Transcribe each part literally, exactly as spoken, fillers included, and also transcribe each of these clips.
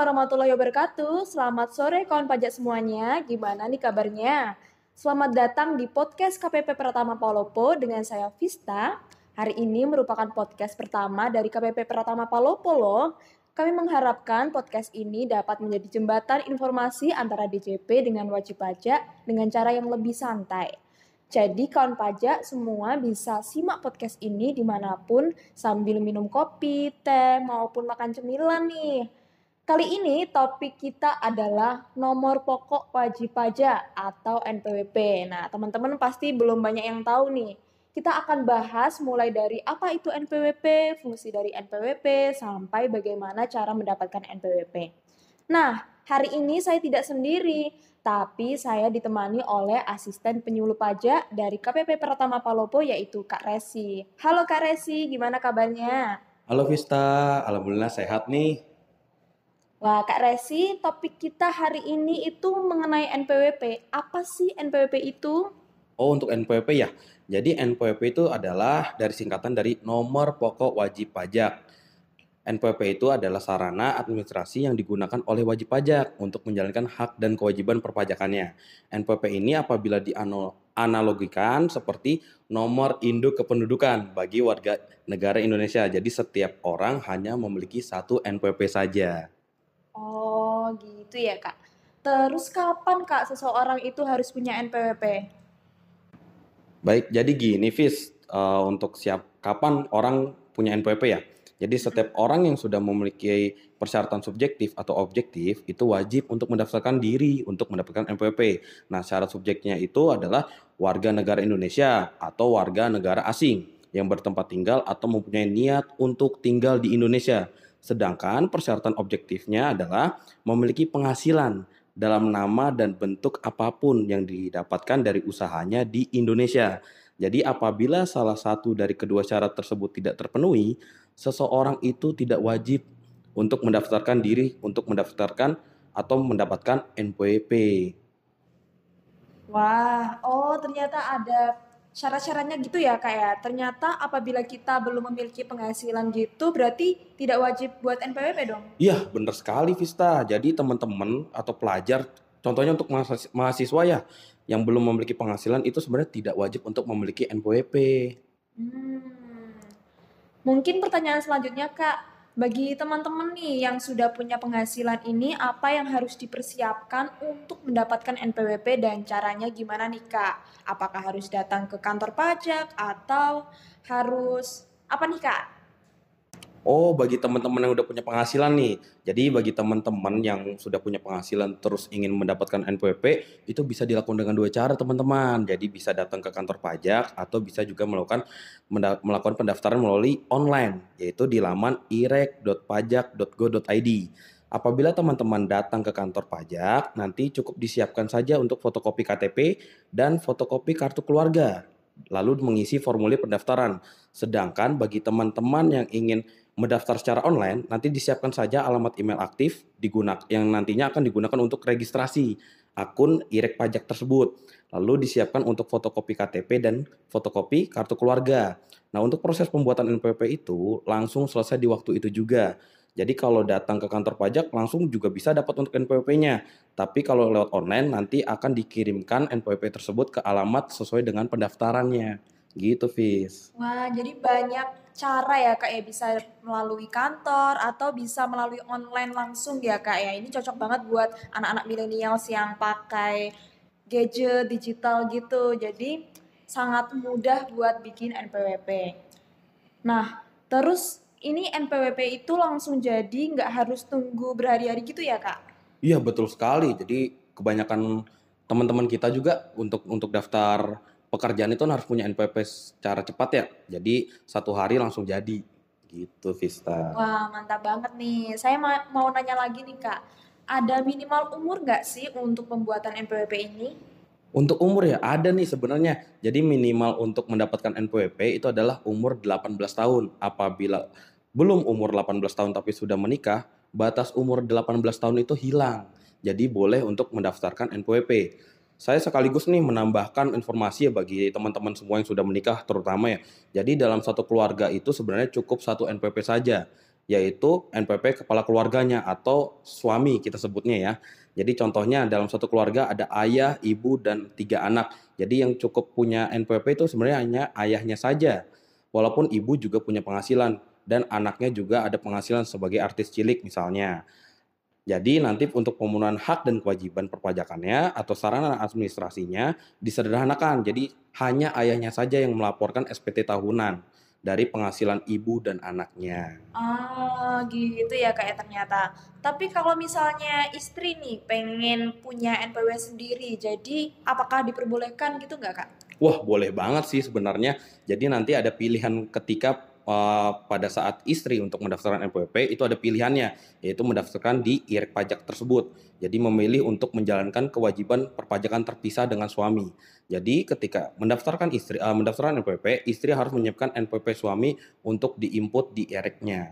warahmatullahi wabarakatuh. Selamat sore kawan pajak semuanya. Gimana nih kabarnya? Selamat datang di podcast K P P Pratama Palopo dengan saya Vista. Hari ini merupakan podcast pertama dari K P P Pratama Palopo loh. Kami mengharapkan podcast ini dapat menjadi jembatan informasi antara D J P dengan wajib pajak dengan cara yang lebih santai. Jadi kawan pajak semua bisa simak podcast ini dimanapun sambil minum kopi, teh, maupun makan cemilan nih. Kali ini topik kita adalah nomor pokok wajib pajak atau N P W P. Nah teman-teman pasti belum banyak yang tahu nih. Kita akan bahas mulai dari apa itu N P W P, fungsi dari N P W P, sampai bagaimana cara mendapatkan N P W P. Nah, hari ini saya tidak sendiri, tapi saya ditemani oleh asisten penyuluh pajak dari K P P Pratama Palopo yaitu Kak Resi. Halo Kak Resi, gimana kabarnya? Halo Vista, alhamdulillah sehat nih. Wah Kak Resi, topik kita hari ini itu mengenai N P W P. Apa sih N P W P itu? Oh, untuk N P W P ya. Jadi N P W P itu adalah dari singkatan dari nomor pokok wajib pajak. N P W P itu adalah sarana administrasi yang digunakan oleh wajib pajak untuk menjalankan hak dan kewajiban perpajakannya. N P W P ini apabila dianalogikan seperti nomor induk kependudukan bagi warga negara Indonesia. Jadi setiap orang hanya memiliki satu N P W P saja. Oh gitu ya Kak. Terus kapan Kak seseorang itu harus punya N P W P? Baik, jadi gini Vis, uh, untuk siap kapan orang punya N P W P ya. Jadi setiap orang yang sudah memiliki persyaratan subjektif atau objektif itu wajib untuk mendaftarkan diri untuk mendapatkan N P W P. Nah, syarat subjeknya itu adalah warga negara Indonesia atau warga negara asing yang bertempat tinggal atau mempunyai niat untuk tinggal di Indonesia. Sedangkan persyaratan objektifnya adalah memiliki penghasilan dalam nama dan bentuk apapun yang didapatkan dari usahanya di Indonesia. Jadi apabila salah satu dari kedua syarat tersebut tidak terpenuhi, seseorang itu tidak wajib untuk mendaftarkan diri untuk mendaftarkan atau mendapatkan N P W P. Wah, oh ternyata ada syarat-syaratnya gitu ya Kak ya. Ternyata apabila kita belum memiliki penghasilan gitu berarti tidak wajib buat N P W P dong? Iya, benar sekali Vista. Jadi teman-teman atau pelajar, contohnya untuk mahasiswa ya, yang belum memiliki penghasilan itu sebenarnya tidak wajib untuk memiliki N P W P. Hmm. Mungkin pertanyaan selanjutnya Kak, bagi teman-teman nih yang sudah punya penghasilan ini, apa yang harus dipersiapkan untuk mendapatkan N P W P dan caranya gimana nih Kak? Apakah harus datang ke kantor pajak atau harus apa nih Kak? Oh, bagi teman-teman yang udah punya penghasilan nih. Jadi bagi teman-teman yang sudah punya penghasilan terus ingin mendapatkan N P W P, itu bisa dilakukan dengan dua cara teman-teman. Jadi bisa datang ke kantor pajak atau bisa juga melakukan melakukan pendaftaran melalui online, yaitu di laman i r e k dot pajak dot go dot i d. Apabila teman-teman datang ke kantor pajak, nanti cukup disiapkan saja untuk fotokopi K T P dan fotokopi kartu keluarga, lalu mengisi formulir pendaftaran. Sedangkan bagi teman-teman yang ingin mendaftar secara online, nanti disiapkan saja alamat email aktif digunakan yang nantinya akan digunakan untuk registrasi akun i r e k pajak tersebut. Lalu disiapkan untuk fotokopi K T P dan fotokopi kartu keluarga. Nah, untuk proses pembuatan N P W P itu langsung selesai di waktu itu juga. Jadi kalau datang ke kantor pajak langsung juga bisa dapat untuk N P W P-nya. Tapi kalau lewat online nanti akan dikirimkan N P W P tersebut ke alamat sesuai dengan pendaftarannya. Gitu, Fis. Wah, jadi banyak cara ya Kak ya, bisa melalui kantor atau bisa melalui online langsung ya Kak ya. Ini cocok banget buat anak-anak millennials yang pakai gadget digital gitu. Jadi sangat mudah buat bikin N P W P. Nah, terus ini N P W P itu langsung jadi nggak harus tunggu berhari-hari gitu ya Kak? Iya, betul sekali. Jadi kebanyakan teman-teman kita juga untuk untuk daftar pekerjaan itu harus punya N P W P secara cepat ya. Jadi satu hari langsung jadi. Gitu, Vista. Wah, mantap banget nih. Saya ma- mau nanya lagi nih Kak, ada minimal umur nggak sih untuk pembuatan N P W P ini? Untuk umur ya ada nih sebenarnya. Jadi minimal untuk mendapatkan N P W P itu adalah umur delapan belas tahun. Apabila belum umur delapan belas tahun tapi sudah menikah, batas umur delapan belas tahun itu hilang. Jadi boleh untuk mendaftarkan N P W P. Saya sekaligus nih menambahkan informasi ya bagi teman-teman semua yang sudah menikah terutama ya. Jadi dalam satu keluarga itu sebenarnya cukup satu N P W P saja. yaitu N P P kepala keluarganya atau suami kita sebutnya ya. Jadi contohnya dalam satu keluarga ada ayah, ibu, dan tiga anak. Jadi yang cukup punya N P P itu sebenarnya hanya ayahnya saja. Walaupun ibu juga punya penghasilan dan anaknya juga ada penghasilan sebagai artis cilik misalnya. Jadi nanti untuk pemenuhan hak dan kewajiban perpajakannya atau sarana administrasinya disederhanakan. Jadi hanya ayahnya saja yang melaporkan S P T tahunan dari penghasilan ibu dan anaknya. Ah, gitu ya Kak ya ternyata. Tapi kalau misalnya istri nih pengen punya N P W sendiri, jadi apakah diperbolehkan gitu nggak Kak? Wah, boleh banget sih sebenarnya. Jadi nanti ada pilihan ketika uh, pada saat istri untuk mendaftarkan N P W P itu ada pilihannya, yaitu mendaftarkan di I R E K pajak tersebut. Jadi memilih untuk menjalankan kewajiban perpajakan terpisah dengan suami. Jadi ketika mendaftarkan istri uh, mendaftarkan N P W P, istri harus menyiapkan N P W P suami untuk diinput di I R E K-nya.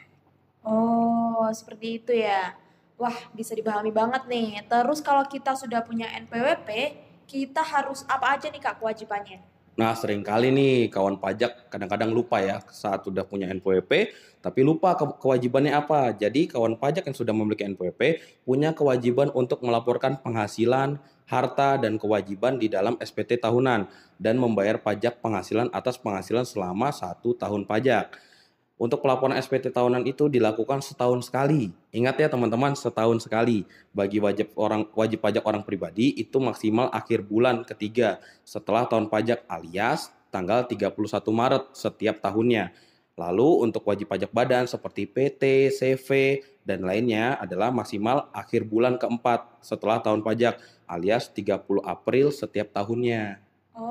Oh, seperti itu ya. Wah, bisa dipahami banget nih. Terus kalau kita sudah punya N P W P, kita harus apa aja nih Kak kewajibannya? Nah, seringkali nih kawan pajak kadang-kadang lupa ya saat sudah punya N P W P, tapi lupa ke- kewajibannya apa. Jadi kawan pajak yang sudah memiliki N P W P punya kewajiban untuk melaporkan penghasilan, harta, dan kewajiban di dalam S P T tahunan dan membayar pajak penghasilan atas penghasilan selama satu tahun pajak. Untuk pelaporan S P T tahunan itu dilakukan setahun sekali. Ingat ya teman-teman, setahun sekali. Bagi wajib orang wajib pajak orang pribadi itu maksimal akhir bulan ketiga setelah tahun pajak alias tanggal tiga puluh satu Maret setiap tahunnya. Lalu untuk wajib pajak badan seperti P T, C V, dan lainnya adalah maksimal akhir bulan keempat setelah tahun pajak alias tiga puluh April setiap tahunnya.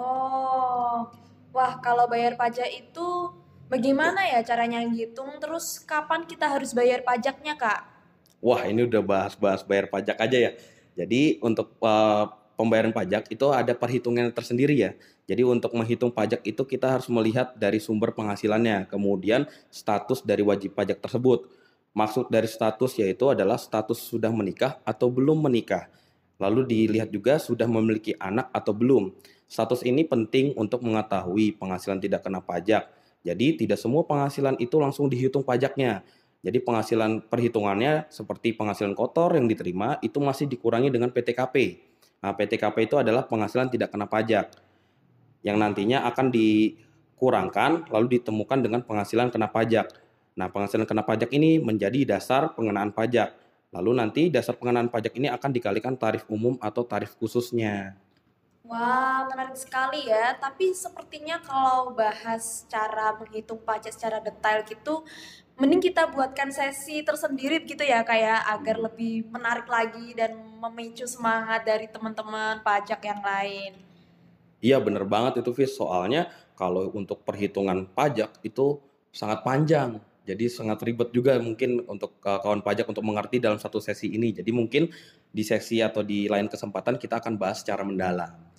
Oh, wah kalau bayar pajak itu bagaimana ya caranya ngitung? Terus kapan kita harus bayar pajaknya Kak? Wah, ini udah bahas-bahas bayar pajak aja ya. Jadi untuk uh, pembayaran pajak itu ada perhitungan tersendiri ya. Jadi untuk menghitung pajak itu kita harus melihat dari sumber penghasilannya, kemudian status dari wajib pajak tersebut. Maksud dari status yaitu adalah status sudah menikah atau belum menikah. Lalu dilihat juga sudah memiliki anak atau belum. Status ini penting untuk mengetahui penghasilan tidak kena pajak. Jadi tidak semua penghasilan itu langsung dihitung pajaknya. Jadi penghasilan perhitungannya seperti penghasilan kotor yang diterima itu masih dikurangi dengan P T K P. Nah, P T K P itu adalah penghasilan tidak kena pajak yang nantinya akan dikurangkan lalu ditemukan dengan penghasilan kena pajak. Nah, penghasilan kena pajak ini menjadi dasar pengenaan pajak. Lalu nanti dasar pengenaan pajak ini akan dikalikan tarif umum atau tarif khususnya. Wah, menarik sekali ya. Tapi sepertinya kalau bahas cara menghitung pajak secara detail gitu, mending kita buatkan sesi tersendiri gitu ya, kayak agar lebih menarik lagi dan memicu semangat dari teman-teman pajak yang lain. Iya bener banget itu Fis, soalnya kalau untuk perhitungan pajak itu sangat panjang. Jadi sangat ribet juga mungkin untuk uh, kawan pajak untuk mengerti dalam satu sesi ini. Jadi mungkin di sesi atau di lain kesempatan kita akan bahas secara mendalam.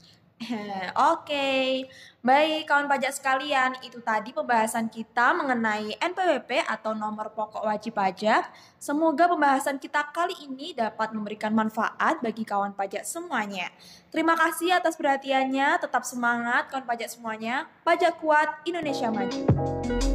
Oke, baik kawan pajak sekalian, itu tadi pembahasan kita mengenai N P W P atau nomor pokok wajib pajak. Semoga pembahasan kita kali ini dapat memberikan manfaat bagi kawan pajak semuanya. Terima kasih atas perhatiannya, tetap semangat kawan pajak semuanya. Pajak kuat, Indonesia maju.